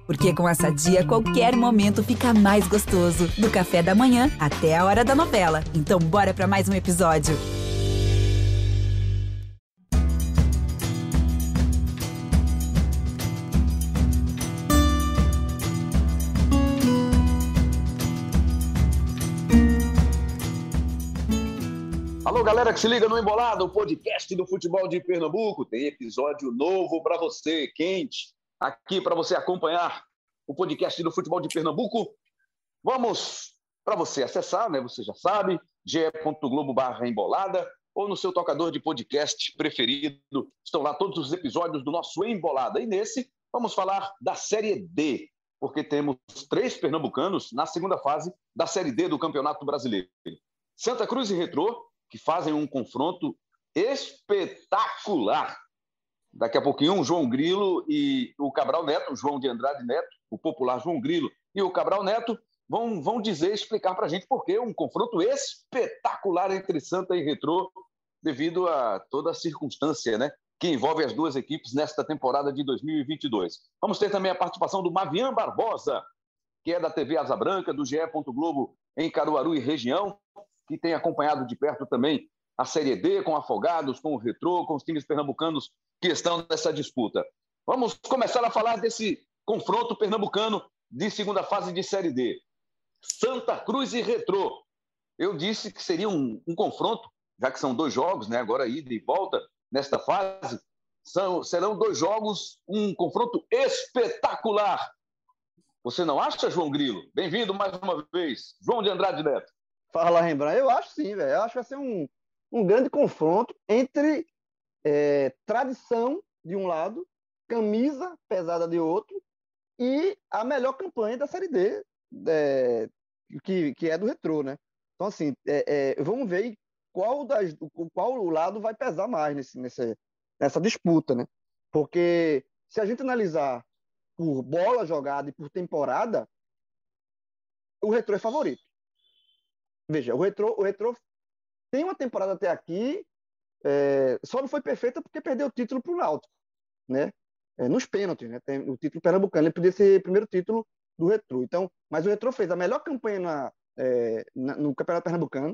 Porque com a Sadia, qualquer momento fica mais gostoso. Do café da manhã até a hora da novela. Então bora pra mais um episódio. Alô, galera que se liga no Embolado, o podcast do futebol de Pernambuco. Tem episódio novo para você, quente, aqui para você acompanhar o podcast do futebol de Pernambuco. Vamos para você acessar, né? Você já sabe, ge.globo/embolada ou no seu tocador de podcast preferido. Estão lá todos os episódios do nosso Embolada. E nesse, vamos falar da Série D, porque temos 3 pernambucanos na segunda fase da Série D do Campeonato Brasileiro. Santa Cruz e Retrô, que fazem um confronto espetacular. Daqui a pouquinho, o João Grilo e o Cabral Neto, o João de Andrade Neto, o popular João Grilo e o Cabral Neto, vão explicar para a gente por que um confronto espetacular entre Santa e Retrô, devido a toda a circunstância, né, que envolve as duas equipes nesta temporada de 2022. Vamos ter também a participação do Mavian Barbosa, que é da TV Asa Branca, do GE. Globo em Caruaru e região, que tem acompanhado de perto também a Série D, com Afogados, com o Retrô, com os times pernambucanos que estão nessa disputa. Vamos começar a falar desse confronto pernambucano de segunda fase de Série D. Santa Cruz e Retrô. Eu disse que seria um confronto, já que são 2 jogos, né, agora ida e volta, nesta fase. Serão 2 jogos, um confronto espetacular. Você não acha, João Grilo? Bem-vindo mais uma vez, João de Andrade Neto. Fala, Rembrandt. Eu acho sim, velho. Eu acho que vai ser um grande confronto entre tradição de um lado, camisa pesada de outro e a melhor campanha da Série D, que é do Retrô, né? Então, assim, vamos ver qual lado vai pesar mais nessa disputa, né? Porque se a gente analisar por bola jogada e por temporada, o Retrô é favorito. Veja, o Retrô tem uma temporada até aqui, só não foi perfeita porque perdeu o título para o Náutico, né? Nos pênaltis, né? Tem o título pernambucano, ele podia ser o primeiro título do Retrô. Então, mas o Retrô fez a melhor campanha no Campeonato Pernambucano,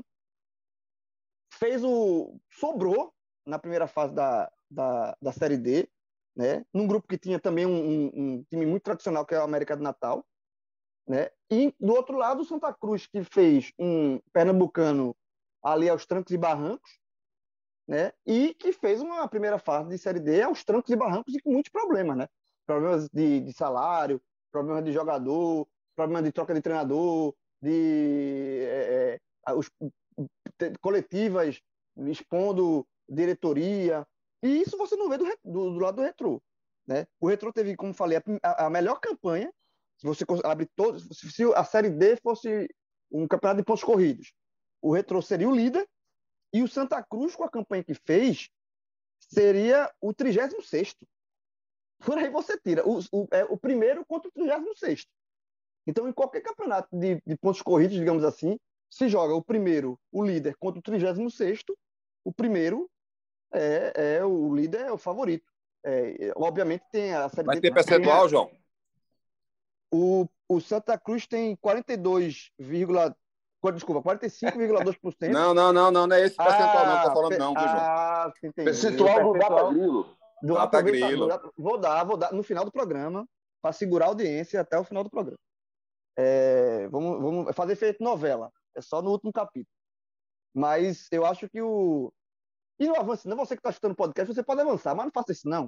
sobrou na primeira fase da Série D, né? Num grupo que tinha também um time muito tradicional, que é o América do Natal, né? E do outro lado, o Santa Cruz, que fez um pernambucano ali aos trancos e barrancos, né? E que fez uma primeira fase de Série D aos trancos e barrancos e com muitos problemas, né? Problemas de salário, problemas de jogador, problemas de troca de treinador, coletivas expondo diretoria. E isso você não vê do lado do Retrô, né? O Retrô teve, como falei, a melhor campanha. Se você abre todos, se a Série D fosse um campeonato de pontos corridos, o Retrô seria o líder e o Santa Cruz, com a campanha que fez, seria o 36º. Por aí você tira o primeiro contra o 36º. Então, em qualquer campeonato de pontos corridos, digamos assim, se joga o primeiro, o líder, contra o 36º, o primeiro o líder, é o favorito. Obviamente tem a Série D. Vai ter percentual, João? O Santa Cruz tem 45,2%. Não é esse percentual não, tô falando não, viu, João? Percentual do Data Grilo. Data Grilo. Vou dar no final do programa, para segurar a audiência até o final do programa. Vamos fazer feito novela, é só no último capítulo. Mas eu acho que E não avance, não. Você que está escutando o podcast, você pode avançar, mas não faça isso, não.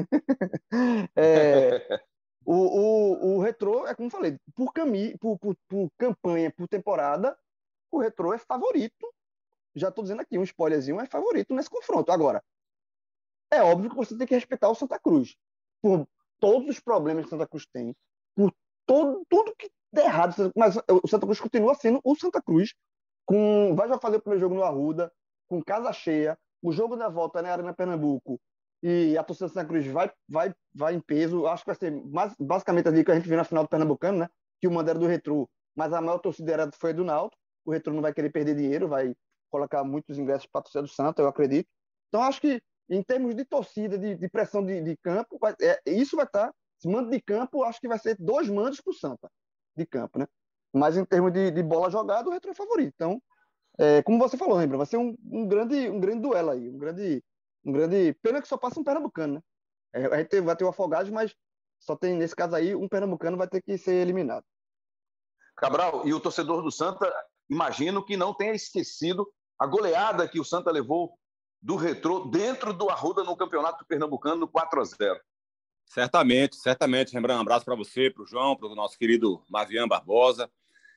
O Retrô, é como eu falei, por campanha, por temporada, o Retrô é favorito. Já estou dizendo aqui, um spoilerzinho, é favorito nesse confronto. Agora, é óbvio que você tem que respeitar o Santa Cruz. Por todos os problemas que o Santa Cruz tem, por tudo que der errado, mas o Santa Cruz continua sendo o Santa Cruz, vai já fazer o primeiro jogo no Arruda, com casa cheia, o jogo da volta na Arena Pernambuco, e a torcida do Santa Cruz vai em peso. Acho que vai ser basicamente ali que a gente viu na final do Pernambucano, né? Que o mando era do Retrô, mas a maior torcida foi do Náutico. O Retrô não vai querer perder dinheiro, vai colocar muitos ingressos para a torcida do Santa, eu acredito. Então, acho que em termos de torcida, de pressão de campo, isso vai estar Esse mando de campo, acho que vai ser 2 mandos para o Santa, de campo, né? Mas em termos de bola jogada, o Retro é favorito. Então, como você falou, lembra? Vai ser um grande duelo aí. Um grande. Pena que só passa um pernambucano, né? A gente vai ter o Afogados, mas só tem, nesse caso aí, um pernambucano vai ter que ser eliminado. Cabral, e o torcedor do Santa, imagino que não tenha esquecido a goleada que o Santa levou do Retrô dentro do Arruda no Campeonato Pernambucano 4-0. Certamente, certamente. Rembrandt, um abraço para você, para o João, para o nosso querido Mavian Barbosa.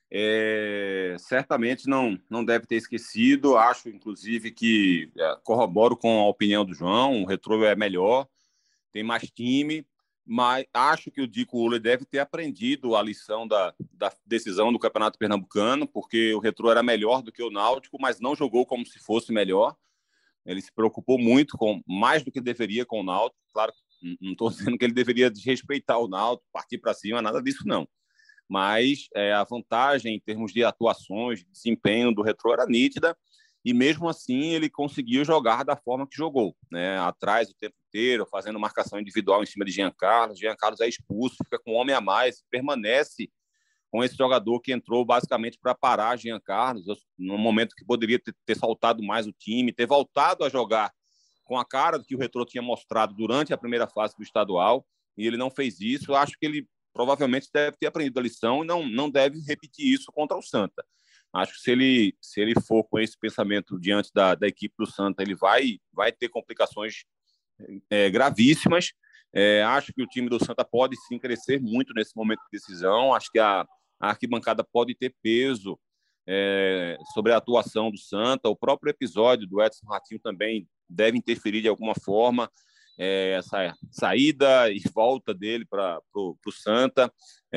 Certamente não deve ter esquecido. Acho, inclusive, que corroboro com a opinião do João. O Retrô é melhor, tem mais time, mas acho que o Dico Uller deve ter aprendido a lição da decisão do Campeonato Pernambucano, porque o Retrô era melhor do que o Náutico, mas não jogou como se fosse melhor. Ele se preocupou muito, mais do que deveria, com o Náutico. Claro, não estou dizendo que ele deveria desrespeitar o Náutico, partir para cima, nada disso não. Mas a vantagem em termos de atuações, de desempenho do Retrô era nítida, e mesmo assim ele conseguiu jogar da forma que jogou, né? Atrás o tempo inteiro, fazendo marcação individual em cima de Jean Carlos. Jean Carlos é expulso, fica com um homem a mais, permanece com esse jogador que entrou basicamente para parar Jean Carlos, no momento que poderia ter soltado mais o time, ter voltado a jogar com a cara que o Retrô tinha mostrado durante a primeira fase do estadual, e ele não fez isso. Eu acho que ele provavelmente deve ter aprendido a lição e não deve repetir isso contra o Santa. Acho que se ele for com esse pensamento diante da equipe do Santa, ele vai ter complicações gravíssimas. Acho que o time do Santa pode sim crescer muito nesse momento de decisão. Acho que a arquibancada pode ter peso sobre a atuação do Santa. O próprio episódio do Edson Ratinho também deve interferir de alguma forma, essa saída e volta dele para o Santa.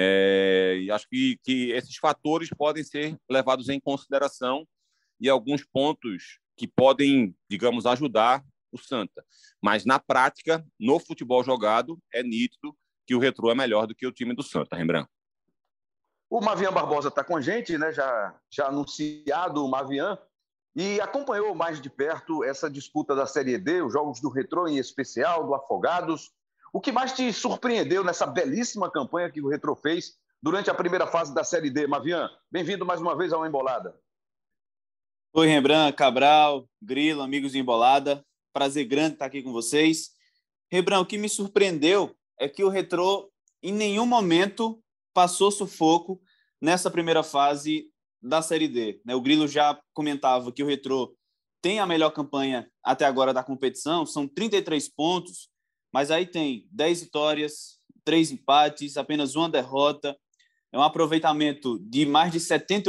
E acho que esses fatores podem ser levados em consideração e alguns pontos que podem, digamos, ajudar o Santa. Mas, na prática, no futebol jogado, é nítido que o Retrô é melhor do que o time do Santa, Rembrandt. O Mavian Barbosa está com a gente, né? Já anunciado o Mavian, e acompanhou mais de perto essa disputa da Série D, os jogos do Retrô em especial, do Afogados. O que mais te surpreendeu nessa belíssima campanha que o Retrô fez durante a primeira fase da Série D? Mavian, bem-vindo mais uma vez ao Embolada. Oi, Rembrandt, Cabral, Grilo, amigos do Embolada. Prazer grande estar aqui com vocês. Rembrandt, o que me surpreendeu é que o Retrô em nenhum momento passou sufoco nessa primeira fase da Série D. O Grilo já comentava que o Retrô tem a melhor campanha até agora da competição, são 33 pontos, mas aí tem 10 vitórias, 3 empates, apenas uma derrota, é um aproveitamento de mais de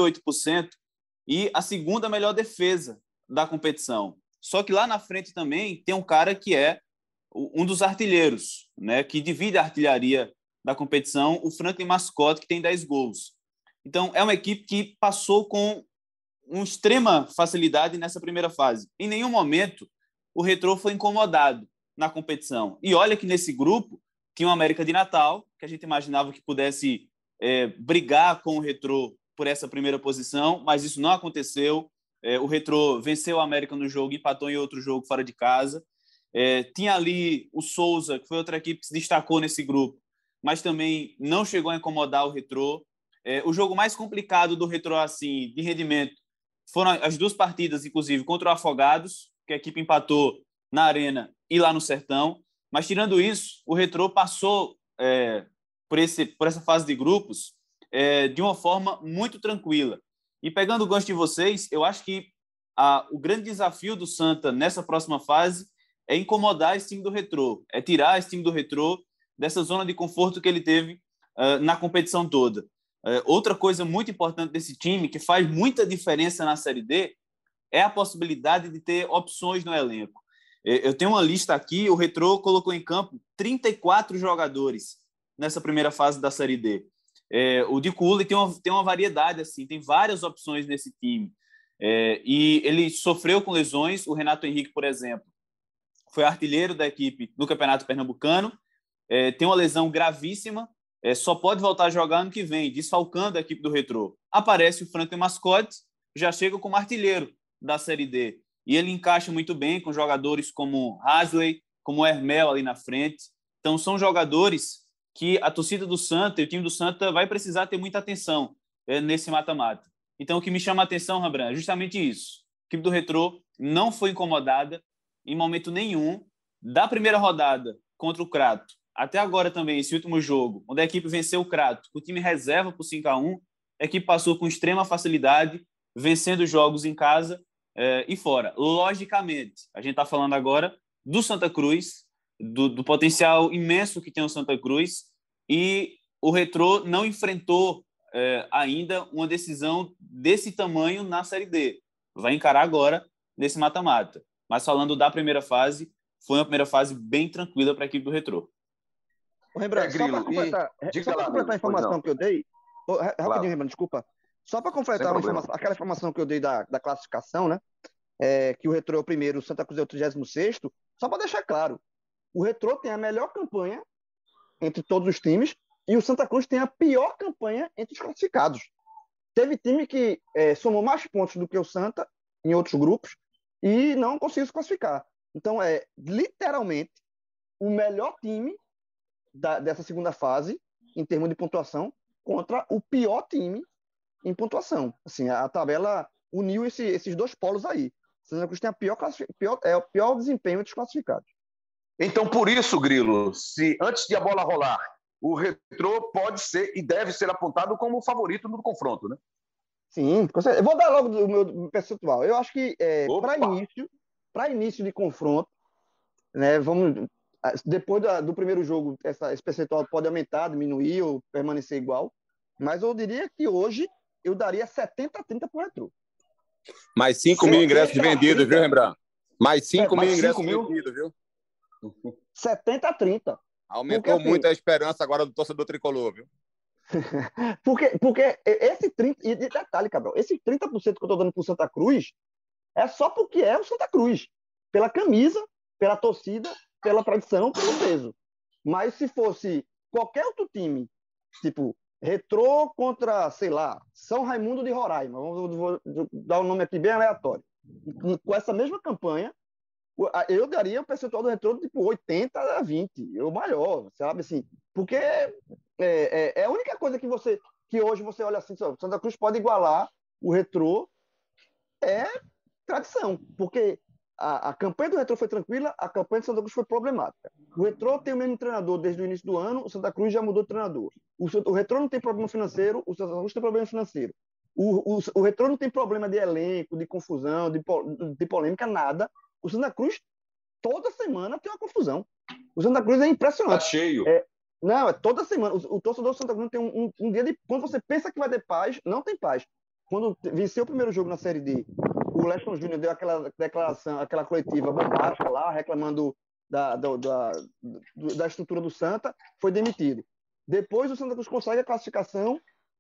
78% e a segunda melhor defesa da competição. Só que lá na frente também tem um cara que é um dos artilheiros, né, que divide a artilharia da competição, o Franklin Mascotte, que tem 10 gols. Então, é uma equipe que passou com uma extrema facilidade nessa primeira fase. Em nenhum momento o Retrô foi incomodado na competição. E olha que nesse grupo tinha o América de Natal, que a gente imaginava que pudesse brigar com o Retrô por essa primeira posição, mas isso não aconteceu. O Retrô venceu o América no jogo, empatou em outro jogo fora de casa. Tinha ali o Souza, que foi outra equipe que se destacou nesse grupo, mas também não chegou a incomodar o Retrô. O jogo mais complicado do Retrô, assim, de rendimento, foram as duas partidas, inclusive, contra o Afogados, que a equipe empatou na Arena e lá no Sertão. Mas, tirando isso, o Retrô passou por essa fase de grupos de uma forma muito tranquila. E pegando o gancho de vocês, eu acho que o grande desafio do Santa nessa próxima fase é incomodar esse time do Retrô, é tirar esse time do Retrô dessa zona de conforto que ele teve na competição toda. Outra coisa muito importante desse time, que faz muita diferença na Série D, é a possibilidade de ter opções no elenco. Eu tenho uma lista aqui, o Retrô colocou em campo 34 jogadores nessa primeira fase da Série D. O Dico Uller tem uma variedade, assim, tem várias opções nesse time. E ele sofreu com lesões. O Renato Henrique, por exemplo, foi artilheiro da equipe no Campeonato Pernambucano, tem uma lesão gravíssima, só pode voltar a jogar ano que vem, desfalcando a equipe do Retrô. Aparece o Franklin Mascotte, já chega como artilheiro da Série D. E ele encaixa muito bem com jogadores como Hasley, como Hermel ali na frente. Então, são jogadores que a torcida do Santa e o time do Santa vai precisar ter muita atenção nesse mata-mata. Então, o que me chama a atenção, Rembrandt, é justamente isso. A equipe do Retrô não foi incomodada em momento nenhum da primeira rodada contra o Crato. Até agora também, esse último jogo, onde a equipe venceu o Crato, o time reserva por 5-1, a equipe passou com extrema facilidade, vencendo jogos em casa e fora. Logicamente, a gente está falando agora do Santa Cruz, do potencial imenso que tem o Santa Cruz, e o Retrô não enfrentou ainda uma decisão desse tamanho na Série D. Vai encarar agora nesse mata-mata. Mas falando da primeira fase, foi uma primeira fase bem tranquila para a equipe do Retrô. Ô, Rembrandt, só para completar a informação que eu dei, rapidinho, Rembrandt, desculpa. Só para completar aquela informação que eu dei da classificação, né? Que o Retrô é o primeiro, o Santa Cruz é o 36º, só para deixar claro, o Retrô tem a melhor campanha entre todos os times e o Santa Cruz tem a pior campanha entre os classificados. Teve time que somou mais pontos do que o Santa em outros grupos e não conseguiu se classificar. Então, literalmente o melhor time dessa segunda fase, em termos de pontuação, contra o pior time em pontuação. Assim, a tabela uniu esses dois polos aí. O Santa Cruz tem o pior desempenho entre os classificados. Então, por isso, Grilo, se antes de a bola rolar, o Retrô pode ser e deve ser apontado como o favorito no confronto, né? Sim, eu vou dar logo do meu percentual. Eu acho que para início de confronto, né, depois do primeiro jogo, esse percentual pode aumentar, diminuir ou permanecer igual, mas eu diria que hoje eu daria 70-30 para o Retrô. Mais 5 mil ingressos vendidos, viu, Rembrandt? Mais 5 mil ingressos vendidos, viu? 70-30. Aumentou muito a esperança agora do torcedor tricolor, viu? Porque esse 30%, e detalhe, Cabral, esse 30% que eu estou dando para o Santa Cruz é só porque é o Santa Cruz. Pela camisa, pela torcida, pela tradição, pelo peso. Mas se fosse qualquer outro time, tipo Retrô contra, sei lá, São Raimundo de Roraima, vou dar um nome aqui bem aleatório, com essa mesma campanha, eu daria o percentual do Retrô tipo 80-20, eu maior, sabe assim, porque é a única coisa que hoje você olha assim, Santa Cruz pode igualar o Retrô, é tradição, porque a campanha do Retrô foi tranquila, a campanha do Santa Cruz foi problemática. O Retrô tem o mesmo treinador desde o início do ano, o Santa Cruz já mudou de treinador. O Retrô não tem problema financeiro, o Santa Cruz tem problema financeiro. O Retrô não tem problema de elenco, de confusão, de polêmica, nada. O Santa Cruz, toda semana, tem uma confusão. O Santa Cruz é impressionante. Tá cheio. Não, toda semana. O torcedor do Santa Cruz tem um dia de... Quando você pensa que vai ter paz, não tem paz. Quando venceu o primeiro jogo na Série D, o Leston Júnior deu aquela declaração, aquela coletiva bombástica lá, reclamando da estrutura do Santa, foi demitido. Depois o Santa Cruz consegue a classificação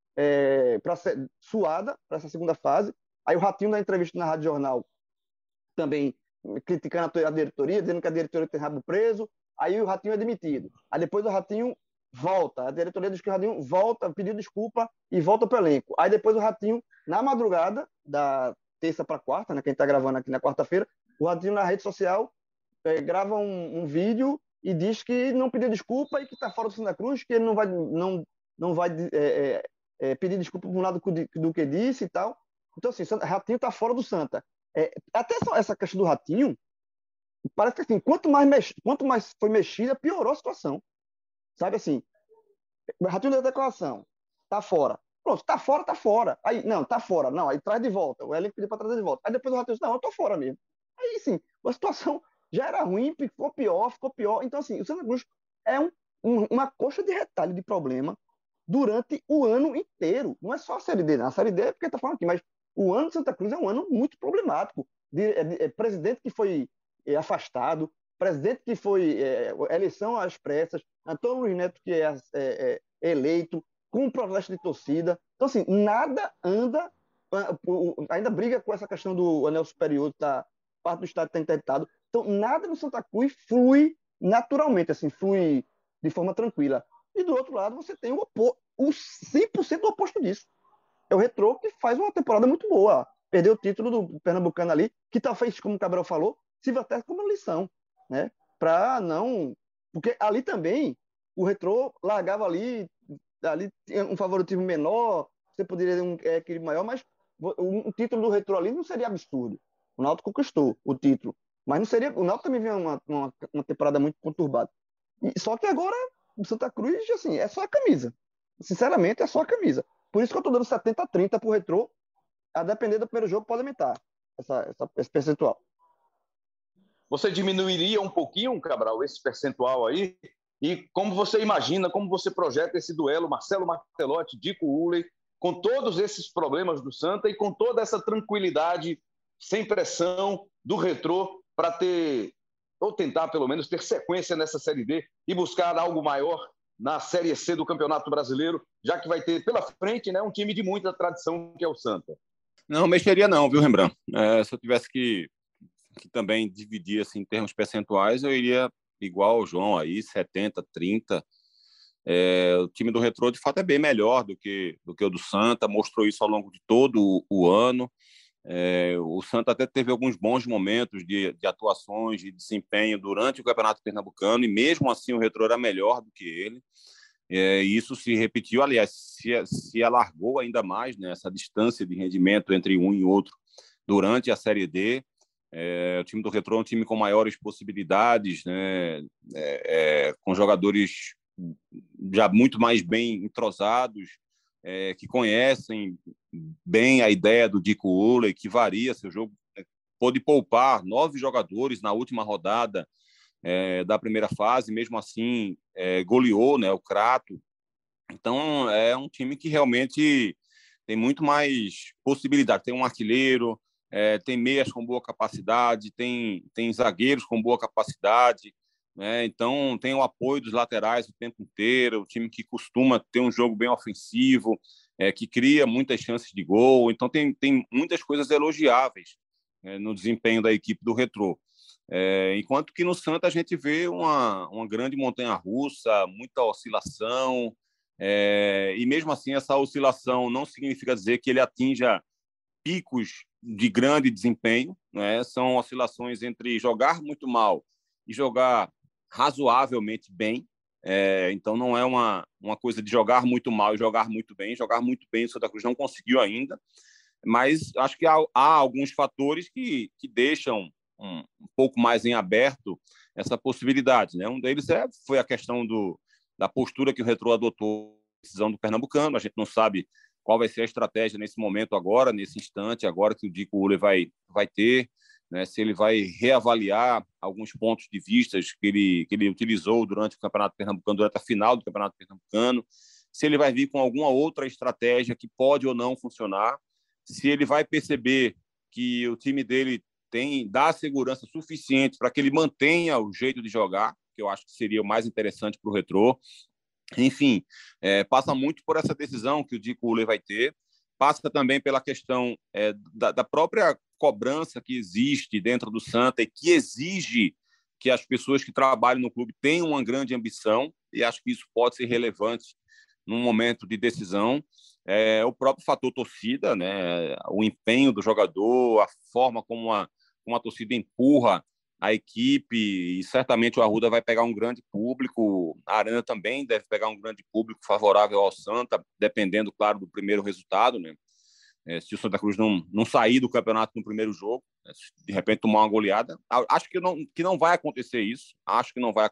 suada para essa segunda fase. Aí o Ratinho, na entrevista na Rádio Jornal, também criticando a diretoria, dizendo que a diretoria tem rabo preso. Aí o Ratinho é demitido. Aí depois o Ratinho volta. A diretoria diz que o Ratinho volta, pediu desculpa e volta para o elenco. Aí depois o Ratinho, na madrugada, da terça para quarta, né, quem está gravando aqui na quarta-feira, o Ratinho na rede social grava um vídeo e diz que não pediu desculpa e que está fora do Santa Cruz, que ele não vai pedir desculpa por nada do que disse e tal. Então, assim, o Ratinho está fora do Santa. Até essa questão do Ratinho, parece que assim, quanto mais foi mexida, piorou a situação. Sabe assim, o Ratinho da declaração, tá fora. Pronto, tá fora. Aí, não, tá fora. Não, aí traz de volta. O elenco pediu para trazer de volta. Aí depois o Ratinho disse, não, eu tô fora mesmo. Aí, sim, a situação já era ruim, ficou pior. Então, assim, o Santa Cruz é uma coxa de retalho de problema durante o ano inteiro. Não é só a Série D, não. A Série D é porque tá falando aqui, mas o ano de Santa Cruz é um ano muito problemático. Presidente que foi afastado, presidente que foi eleição às pressas, Antônio Luiz Neto que é eleito, com um protesto de torcida. Então, assim, nada anda, ainda briga com essa questão do anel superior, parte do estado está interditado. Então, nada no Santa Cruz flui naturalmente, assim, flui de forma tranquila. E do outro lado, você tem o 100% do oposto disso. É o Retrô que faz uma temporada muito boa. Perdeu o título do Pernambucano ali, que talvez, como o Cabral falou, sirva até como lição, né? Para não... Porque ali também o Retrô largava ali tinha um favoritismo menor, você poderia ter um equilíbrio maior, mas um título do Retrô ali não seria absurdo. O Náutico conquistou o título, mas não seria. O Náutico também vinha uma temporada muito conturbada. Só que agora o Santa Cruz, assim, é só a camisa. Sinceramente, é só a camisa. Por isso que eu tô dando 70-30 pro Retrô. A depender do primeiro jogo, pode aumentar esse percentual. Você diminuiria um pouquinho, Cabral, esse percentual aí? E como você imagina, como você projeta esse duelo, Marcelo Martelotti, Dico Ulley, com todos esses problemas do Santa e com toda essa tranquilidade, sem pressão do Retrô, para ter, ou tentar pelo menos ter sequência nessa Série D e buscar algo maior na Série C do Campeonato Brasileiro, já que vai ter pela frente, né, um time de muita tradição que é o Santa. Não mexeria não, viu, Rembrandt? Se eu tivesse que também dividir assim, em termos percentuais, eu iria igual ao João aí, 70-30. O time do Retrô, de fato, é bem melhor do que o do Santa, mostrou isso ao longo de todo o ano. O Santa até teve alguns bons momentos de atuações, de desempenho durante o Campeonato Pernambucano, e mesmo assim o Retrô era melhor do que ele. Isso se repetiu, aliás, se alargou ainda mais, né, essa distância de rendimento entre um e outro durante a Série D. O time do Retrô é um time com maiores possibilidades, né, com jogadores já muito mais bem entrosados, que conhecem bem a ideia do Dico Ulley, que varia seu jogo, pôde poupar 9 jogadores na última rodada da primeira fase, mesmo assim goleou, né, o Crato. Então é um time que realmente tem muito mais possibilidade. Tem um artilheiro, tem meias com boa capacidade, tem zagueiros com boa capacidade, né? Então tem o apoio dos laterais o tempo inteiro, o time que costuma ter um jogo bem ofensivo, que cria muitas chances de gol. Então tem muitas coisas elogiáveis no desempenho da equipe do Retrô. Enquanto que no Santa a gente vê uma grande montanha-russa, muita oscilação, e mesmo assim essa oscilação não significa dizer que ele atinja picos de grande desempenho, né? São oscilações entre jogar muito mal e jogar razoavelmente bem. Então não é uma coisa de jogar muito mal e jogar muito bem. Jogar muito bem o Santa Cruz não conseguiu ainda, mas acho que há alguns fatores que deixam um pouco mais em aberto essa possibilidade, né? Um deles foi a questão da postura que o Retrô adotou na decisão do Pernambucano. A gente não sabe qual vai ser a estratégia nesse momento agora, nesse instante, agora que o Dico Ulley vai ter, né? Se ele vai reavaliar alguns pontos de vista que ele utilizou durante o Campeonato Pernambucano, durante a final do Campeonato Pernambucano, se ele vai vir com alguma outra estratégia que pode ou não funcionar, se ele vai perceber que o time dele dá segurança suficiente para que ele mantenha o jeito de jogar, que eu acho que seria o mais interessante para o Retrô. Enfim, passa muito por essa decisão que o Dico Ulley vai ter, passa também pela questão da própria cobrança que existe dentro do Santa e que exige que as pessoas que trabalham no clube tenham uma grande ambição, e acho que isso pode ser relevante num momento de decisão. O próprio fator torcida, né? O empenho do jogador, a forma como a torcida empurra a equipe, e certamente o Arruda vai pegar um grande público, a Arena também deve pegar um grande público favorável ao Santa, dependendo, claro, do primeiro resultado, né? Se o Santa Cruz não sair do campeonato no primeiro jogo, de repente tomar uma goleada, acho que não vai acontecer isso, acho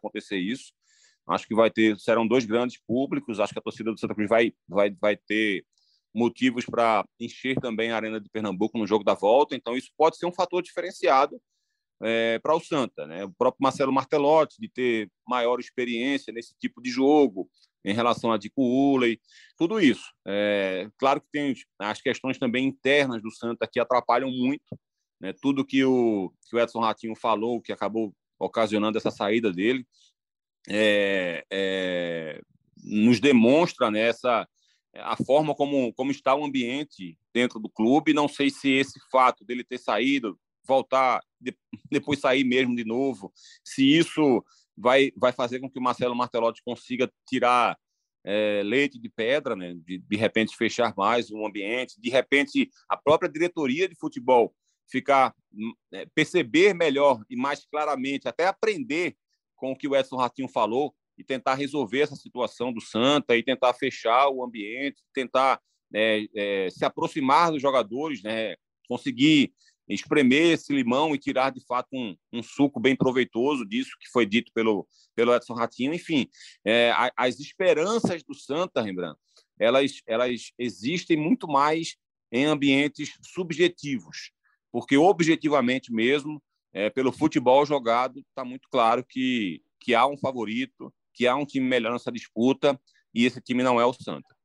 que serão 2 grandes públicos, acho que a torcida do Santa Cruz vai ter motivos para encher também a Arena de Pernambuco no jogo da volta, então isso pode ser um fator diferenciado para o Santa, né? O próprio Marcelo Martelotti, de ter maior experiência nesse tipo de jogo, em relação a Dico Ulley, tudo isso. Claro que tem as questões também internas do Santa que atrapalham muito, né? Tudo que o Edson Ratinho falou, que acabou ocasionando essa saída dele, nos demonstra, né, a forma como está o ambiente dentro do clube. Não sei se esse fato dele ter saído, voltar, depois sair mesmo de novo, se isso vai fazer com que o Marcelo Martelotti consiga tirar leite de pedra, né? De repente fechar mais o ambiente, de repente a própria diretoria de futebol perceber melhor e mais claramente, até aprender com o que o Edson Ratinho falou, e tentar resolver essa situação do Santa e tentar fechar o ambiente, tentar se aproximar dos jogadores, né? Conseguir espremer esse limão e tirar, de fato, um suco bem proveitoso disso que foi dito pelo Edson Ratinho. Enfim, as esperanças do Santa, Rembrandt, elas existem muito mais em ambientes subjetivos, porque objetivamente mesmo, pelo futebol jogado, está muito claro que há um favorito, que há um time melhor nessa disputa, e esse time não é o Santa.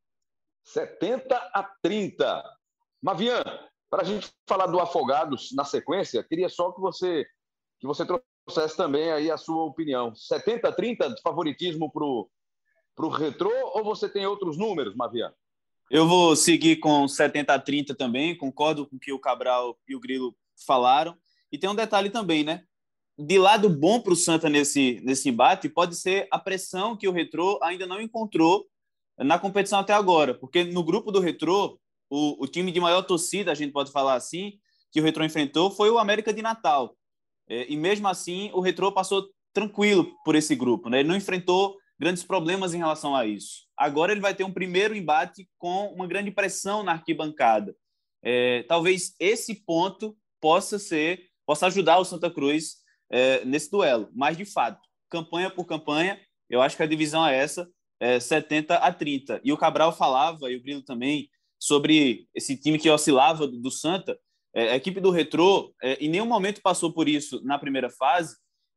70-30. Mavian, para a gente falar do Afogados na sequência, queria só que você trouxesse também aí a sua opinião. 70-30 de favoritismo para o Retrô, ou você tem outros números, Mavian? Eu vou seguir com 70-30 também, concordo com o que o Cabral e o Grilo falaram. E tem um detalhe também, né? De lado bom para o Santa nesse embate pode ser a pressão que o Retrô ainda não encontrou na competição até agora, porque no grupo do Retrô, o time de maior torcida, a gente pode falar assim, que o Retrô enfrentou foi o América de Natal. E mesmo assim, o Retrô passou tranquilo por esse grupo, né? Ele não enfrentou grandes problemas em relação a isso. Agora ele vai ter um primeiro embate com uma grande pressão na arquibancada. Talvez esse ponto possa ajudar o Santa Cruz nesse duelo. Mas, de fato, campanha por campanha, eu acho que a divisão é essa, 70-30. E o Cabral falava, e o Grilo também, sobre esse time que oscilava do Santa. A equipe do Retrô em nenhum momento passou por isso na primeira fase,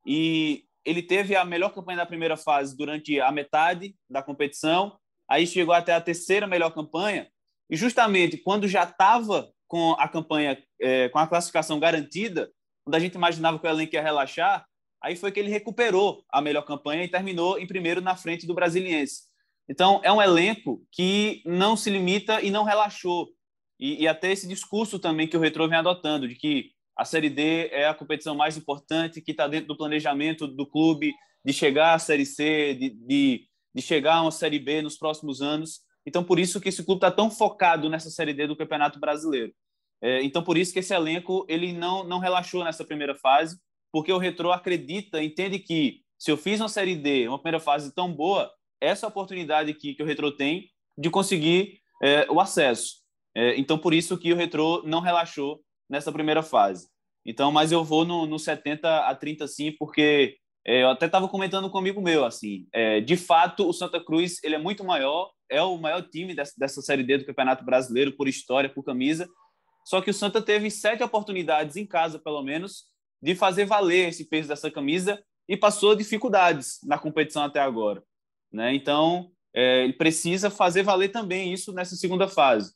e ele teve a melhor campanha da primeira fase durante a metade da competição, aí chegou até a terceira melhor campanha, e justamente quando já estava com a campanha, com a classificação garantida, quando a gente imaginava que o elenco ia relaxar, aí foi que ele recuperou a melhor campanha e terminou em primeiro na frente do Brasiliense. Então, é um elenco que não se limita e não relaxou. E até esse discurso também que o Retrô vem adotando, de que a Série D é a competição mais importante, que está dentro do planejamento do clube de chegar à Série C, de chegar a uma Série B nos próximos anos. Então, por isso que esse clube está tão focado nessa Série D do Campeonato Brasileiro. Então, por isso que esse elenco ele não relaxou nessa primeira fase, porque o Retrô acredita, entende que se eu fiz uma Série D, uma primeira fase tão boa, essa oportunidade aqui que o Retrô tem de conseguir o acesso. Então, por isso que o Retrô não relaxou nessa primeira fase. Então, mas eu vou no 70-30 sim, porque eu até estava comentando com um amigo meu, assim, de fato, o Santa Cruz ele é muito maior, é o maior time dessa Série D do Campeonato Brasileiro, por história, por camisa, só que o Santa teve 7 oportunidades em casa, pelo menos, de fazer valer esse peso dessa camisa e passou dificuldades na competição até agora, né? Então, ele precisa fazer valer também isso nessa segunda fase.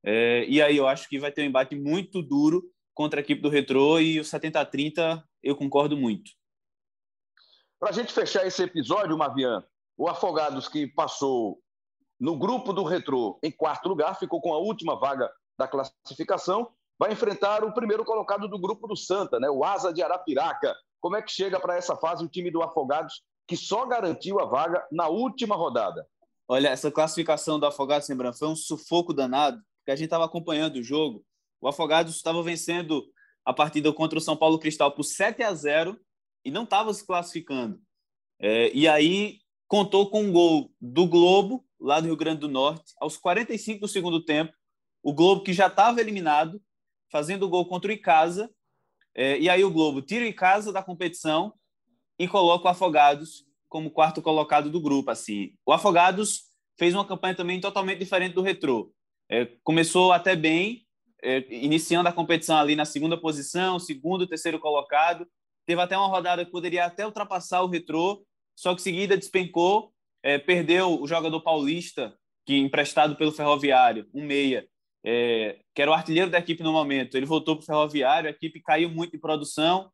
E aí eu acho que vai ter um embate muito duro contra a equipe do Retrô, e o 70-30 eu concordo muito. Para a gente fechar esse episódio, Mavian, o Afogados, que passou no grupo do Retrô em quarto lugar, ficou com a última vaga da classificação, vai enfrentar o primeiro colocado do grupo do Santa, né? O Asa de Arapiraca. Como é que chega para essa fase o time do Afogados, que só garantiu a vaga na última rodada? Olha, essa classificação do Afogados, Rembrandt, foi um sufoco danado, porque a gente estava acompanhando o jogo. O Afogados estava vencendo a partida contra o São Paulo Cristal por 7-0 e não estava se classificando. E aí contou com um gol do Globo, lá do Rio Grande do Norte, aos 45 do segundo tempo. O Globo, que já estava eliminado, fazendo o gol contra o Icasa. E aí o Globo tira o Icasa da competição e coloca o Afogados como quarto colocado do grupo. Assim. O Afogados fez uma campanha também totalmente diferente do Retrô. Começou até bem, iniciando a competição ali na segunda posição, segundo, terceiro colocado. Teve até uma rodada que poderia até ultrapassar o Retrô, só que em seguida despencou, perdeu o jogador paulista, que emprestado pelo Ferroviário, um meia, que era o artilheiro da equipe no momento. Ele voltou para o Ferroviário, a equipe caiu muito em produção,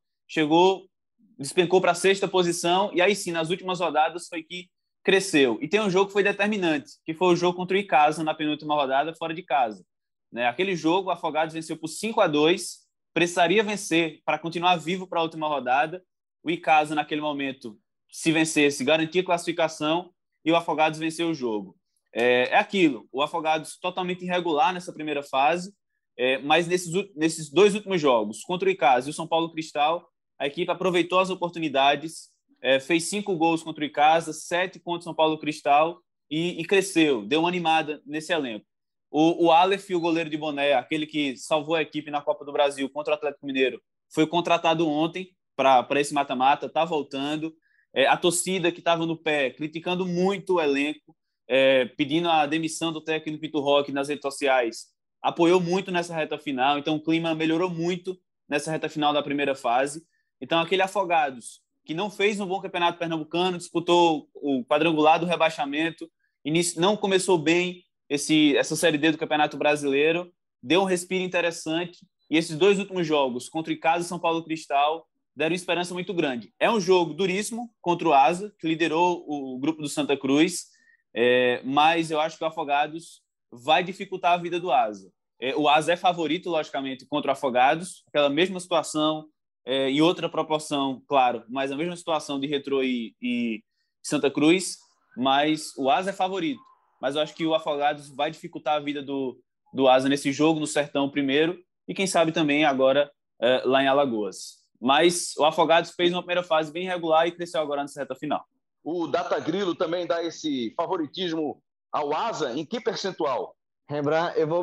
despencou para a sexta posição, e aí sim, nas últimas rodadas foi que cresceu. E tem um jogo que foi determinante, que foi o jogo contra o Icasa, na penúltima rodada, fora de casa. Né? Aquele jogo, o Afogados venceu por 5-2, precisaria vencer para continuar vivo para a última rodada. O Icasa, naquele momento, se vencesse, garantia classificação, e o Afogados venceu o jogo. É aquilo, o Afogados totalmente irregular nessa primeira fase, mas nesses dois últimos jogos, contra o Icasa e o São Paulo Cristal, a equipe aproveitou as oportunidades, fez 5 gols contra o Icasa, 7 contra o São Paulo Cristal e cresceu, deu uma animada nesse elenco. O Aleph, o goleiro de Boné, aquele que salvou a equipe na Copa do Brasil contra o Atlético Mineiro, foi contratado ontem para esse mata-mata, está voltando. A torcida que estava no pé, criticando muito o elenco, pedindo a demissão do técnico Vitor Roque nas redes sociais, apoiou muito nessa reta final, então o clima melhorou muito nessa reta final da primeira fase. Então aquele Afogados, que não fez um bom campeonato pernambucano, disputou o quadrangular do rebaixamento, não começou bem essa Série D do Campeonato Brasileiro, deu um respiro interessante, e esses 2 últimos jogos, contra o Icasa e São Paulo Cristal, deram esperança muito grande. É um jogo duríssimo contra o Asa, que liderou o grupo do Santa Cruz, mas eu acho que o Afogados vai dificultar a vida do Asa. O Asa é favorito, logicamente, contra o Afogados, aquela mesma situação, em outra proporção, claro, mas a mesma situação de Retrô e Santa Cruz, mas o Asa é favorito. Mas eu acho que o Afogados vai dificultar a vida do Asa nesse jogo, no Sertão primeiro, e quem sabe também agora lá em Alagoas. Mas o Afogados fez uma primeira fase bem regular e cresceu agora nessa reta final. O Data Grilo também dá esse favoritismo ao Asa, em que percentual? Rembrandt, eu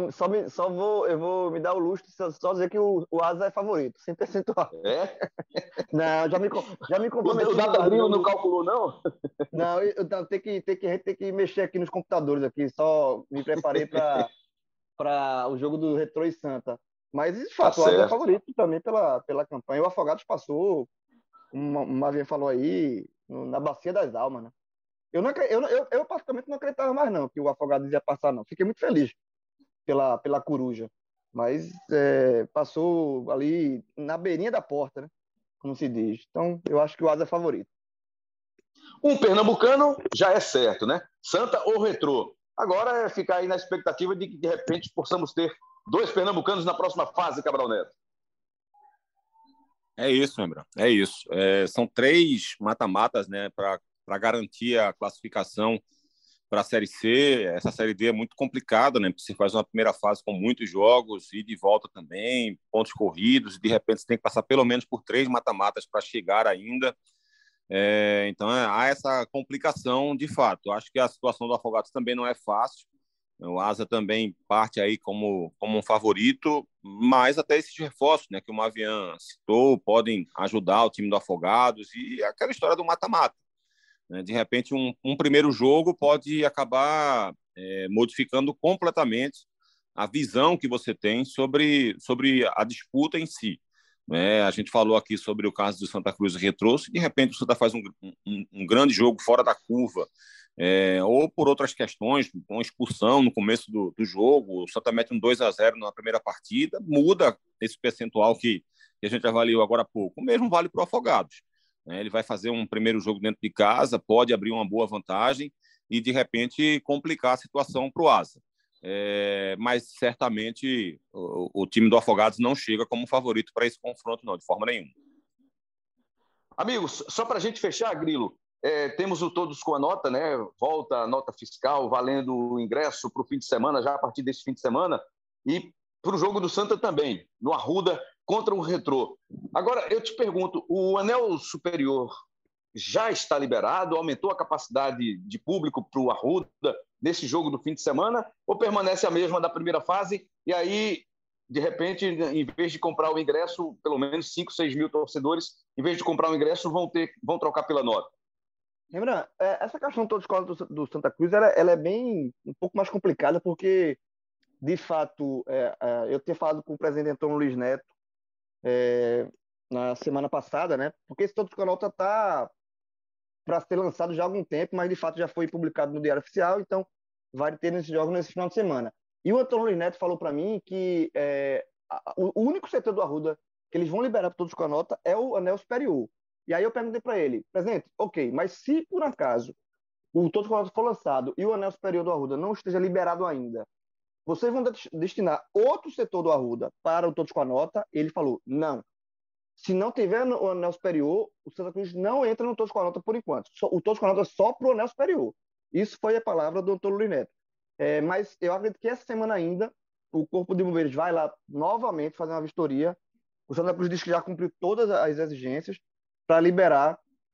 vou me dar o luxo de só dizer que o Asa é favorito, sem percentual. Não, já me comprometi. O Data Grilo não calculou, não? Não, eu tenho que mexer aqui nos computadores aqui, só me preparei para o jogo do Retrô e Santa. Mas, de fato, o Asa é favorito também pela campanha. O Afogados passou, como o Mavinha falou aí, na Bacia das Almas, né? Eu praticamente não acreditava mais, não, que o Afogados ia passar, não. Fiquei muito feliz pela Coruja. Mas passou ali na beirinha da porta, né? Como se diz. Então, eu acho que o Asa é favorito. Um pernambucano já é certo, né? Santa ou Retrô. Agora é ficar aí na expectativa de que, de repente, possamos ter 2 pernambucanos na próxima fase, Cabral Neto. É isso, Rembrandt. É isso. São 3 mata-matas, né, para garantir a classificação para a Série C. Essa Série D é muito complicada, né? Porque você faz uma primeira fase com muitos jogos, e de volta também, pontos corridos, e de repente você tem que passar pelo menos por 3 mata-matas para chegar ainda. Então há essa complicação de fato. Acho que a situação do Afogados também não é fácil. O Asa também parte aí como um favorito, mas até esses reforços, né, que o Mavian citou, podem ajudar o time do Afogados, e aquela história do mata-mata. De repente, um primeiro jogo pode acabar modificando completamente a visão que você tem sobre a disputa em si. A gente falou aqui sobre o caso do Santa Cruz e Retrô. Se de repente o Santa faz um grande jogo fora da curva, ou por outras questões, uma expulsão no começo do jogo, o Santa mete um 2-0 na primeira partida, muda esse percentual que a gente avaliou agora há pouco. O mesmo vale para o Afogados. Ele vai fazer um primeiro jogo dentro de casa, pode abrir uma boa vantagem e, de repente, complicar a situação para o Asa. Mas, certamente, o time do Afogados não chega como favorito para esse confronto, não, de forma nenhuma. Amigos, só para a gente fechar, Grilo, temos o Todos com a Nota, né? Volta a nota fiscal, valendo o ingresso para o fim de semana, já a partir desse fim de semana, e para o jogo do Santa também, no Arruda, contra o Retrô. Agora, eu te pergunto, o anel superior já está liberado? Aumentou a capacidade de público para o Arruda nesse jogo do fim de semana? Ou permanece a mesma da primeira fase? E aí, de repente, em vez de comprar o ingresso, pelo menos 5, 6 mil torcedores, em vez de comprar o ingresso, vão trocar pela nota? Lembra, essa questão toda escola do Santa Cruz, ela é bem um pouco mais complicada, porque, de fato, eu tinha falado com o presidente Antônio Luiz Neto na semana passada, né? Porque esse Todos com a Nota está para ser lançado já há algum tempo, mas de fato já foi publicado no Diário Oficial, então vai ter nesses jogos nesse final de semana. E o Antônio Luiz Neto falou para mim que o único setor do Arruda que eles vão liberar para Todos com a Nota é o anel superior. E aí eu perguntei para ele, presidente, ok, mas se por acaso o Todos com a Nota for lançado e o anel superior do Arruda não esteja liberado ainda, vocês vão destinar outro setor do Arruda para o Todos com a Nota? Ele falou, não. Se não tiver o anel superior, o Santa Cruz não entra no Todos com a Nota por enquanto. O Todos com a Nota é só para o anel superior. Isso foi a palavra do Antônio Luiz Neto. Mas eu acredito que essa semana ainda o Corpo de Bombeiros vai lá novamente fazer uma vistoria. O Santa Cruz diz que já cumpriu todas as exigências para liberar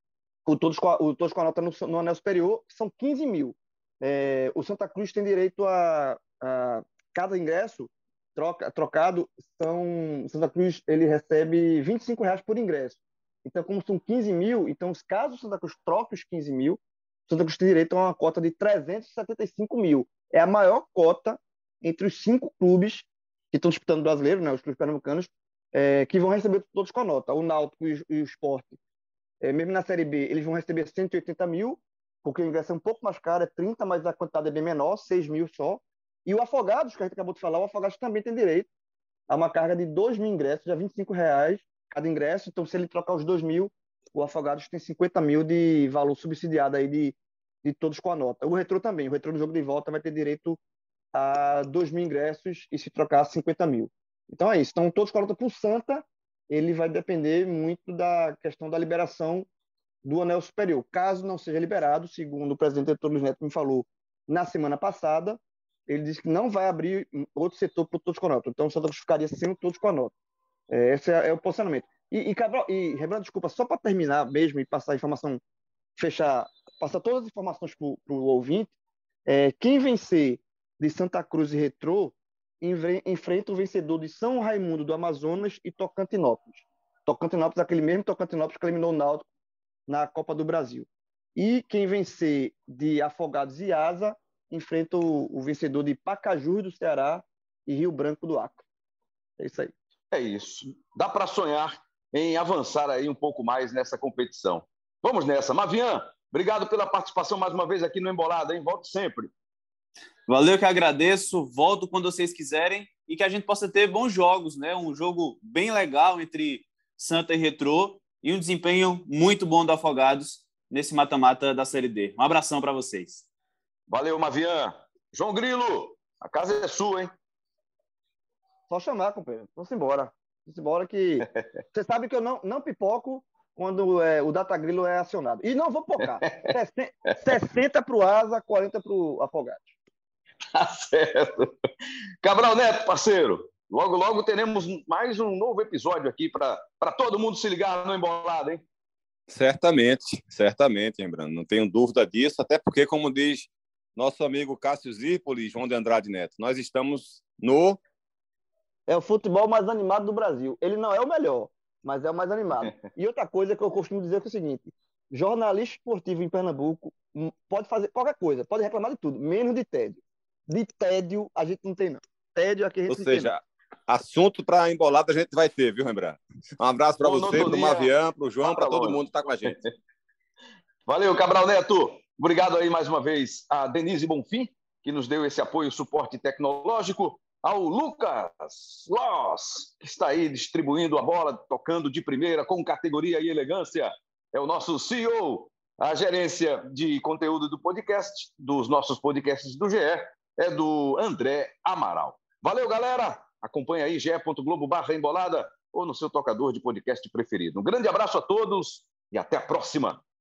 todos com a nota no anel superior são 15 mil. O Santa Cruz tem direito a cada ingresso trocado, Santa Cruz ele recebe R$ 25 por ingresso. Então, como são 15 mil, então, caso o Santa Cruz troque os 15 mil, o Santa Cruz tem direito a uma cota de 375 mil. É a maior cota entre os 5 clubes que estão disputando o brasileiro, né, os clubes pernambucanos, que vão receber todos com a nota. O Náutico e o Sport, mesmo na Série B, eles vão receber 180 mil, porque o ingresso é um pouco mais caro, é 30, mas a quantidade é bem menor, 6 mil só. E o Afogados, que a gente acabou de falar, o Afogados também tem direito a uma carga de 2 mil ingressos, de R$ 25 cada ingresso. Então, se ele trocar os 2 mil, o Afogados tem 50 mil de valor subsidiado aí de todos com a nota. O Retrô também. O Retrô no jogo de volta vai ter direito a 2 mil ingressos e se trocar 50 mil. Então é isso. Então, todos com a nota para o Santa, ele vai depender muito da questão da liberação do anel superior. Caso não seja liberado, segundo o presidente Heitor Luiz Neto me falou na semana passada, ele disse que não vai abrir outro setor para todos com a nota. Então, o Santa Cruz ficaria sem todos com a nota. Esse é o posicionamento. Cabral, Rebrando, desculpa, só para terminar mesmo e passar a informação, passar todas as informações para o ouvinte, quem vencer de Santa Cruz e Retrô enfrenta o vencedor de São Raimundo do Amazonas e Tocantinópolis. Tocantinópolis, aquele mesmo Tocantinópolis que eliminou o Náutico na Copa do Brasil. E quem vencer de Afogados e Asa enfrenta o vencedor de Pacajus do Ceará e Rio Branco do Acre. É isso aí. É isso. Dá para sonhar em avançar aí um pouco mais nessa competição. Vamos nessa. Mavian, obrigado pela participação mais uma vez aqui no Embolada, hein? Volte sempre. Valeu, que agradeço. Volto quando vocês quiserem e que a gente possa ter bons jogos, né? Um jogo bem legal entre Santa e Retrô e um desempenho muito bom do Afogados nesse mata-mata da Série D. Um abração para vocês. Valeu, Mavian. João Grilo, a casa é sua, hein? Só chamar, companheiro. Vamos embora. Vamos embora que... Você sabe que eu não pipoco quando o Data Grilo é acionado. E não vou pipocar. 60 para o Asa, 40 para o Afogados. Tá certo. Cabral Neto, parceiro. Logo, logo teremos mais um novo episódio aqui para todo mundo se ligar no Embolada, hein? Certamente, lembrando. Não tenho dúvida disso, até porque, como diz nosso amigo Cássio Zirpoli e João de Andrade Neto, nós estamos no... É o futebol mais animado do Brasil. Ele não é o melhor, mas é o mais animado. E outra coisa que eu costumo dizer é o seguinte: jornalista esportivo em Pernambuco pode fazer qualquer coisa, pode reclamar de tudo, menos de tédio. De tédio a gente não tem, não. Tédio aqui a gente não tem. Ou seja, assunto para Embolada a gente vai ter, viu, Rembrandt? Um abraço para você, para o Mavian, para o João, para todo mundo que está com a gente. Valeu, Cabral Neto. Obrigado aí mais uma vez a Denise Bonfim, que nos deu esse apoio e suporte tecnológico. Ao Lucas Loss, que está aí distribuindo a bola, tocando de primeira, com categoria e elegância. É o nosso CEO. A gerência de conteúdo do podcast, dos nossos podcasts do GE, é do André Amaral. Valeu, galera! Acompanhe aí ge.globo/embolada ou no seu tocador de podcast preferido. Um grande abraço a todos e até a próxima!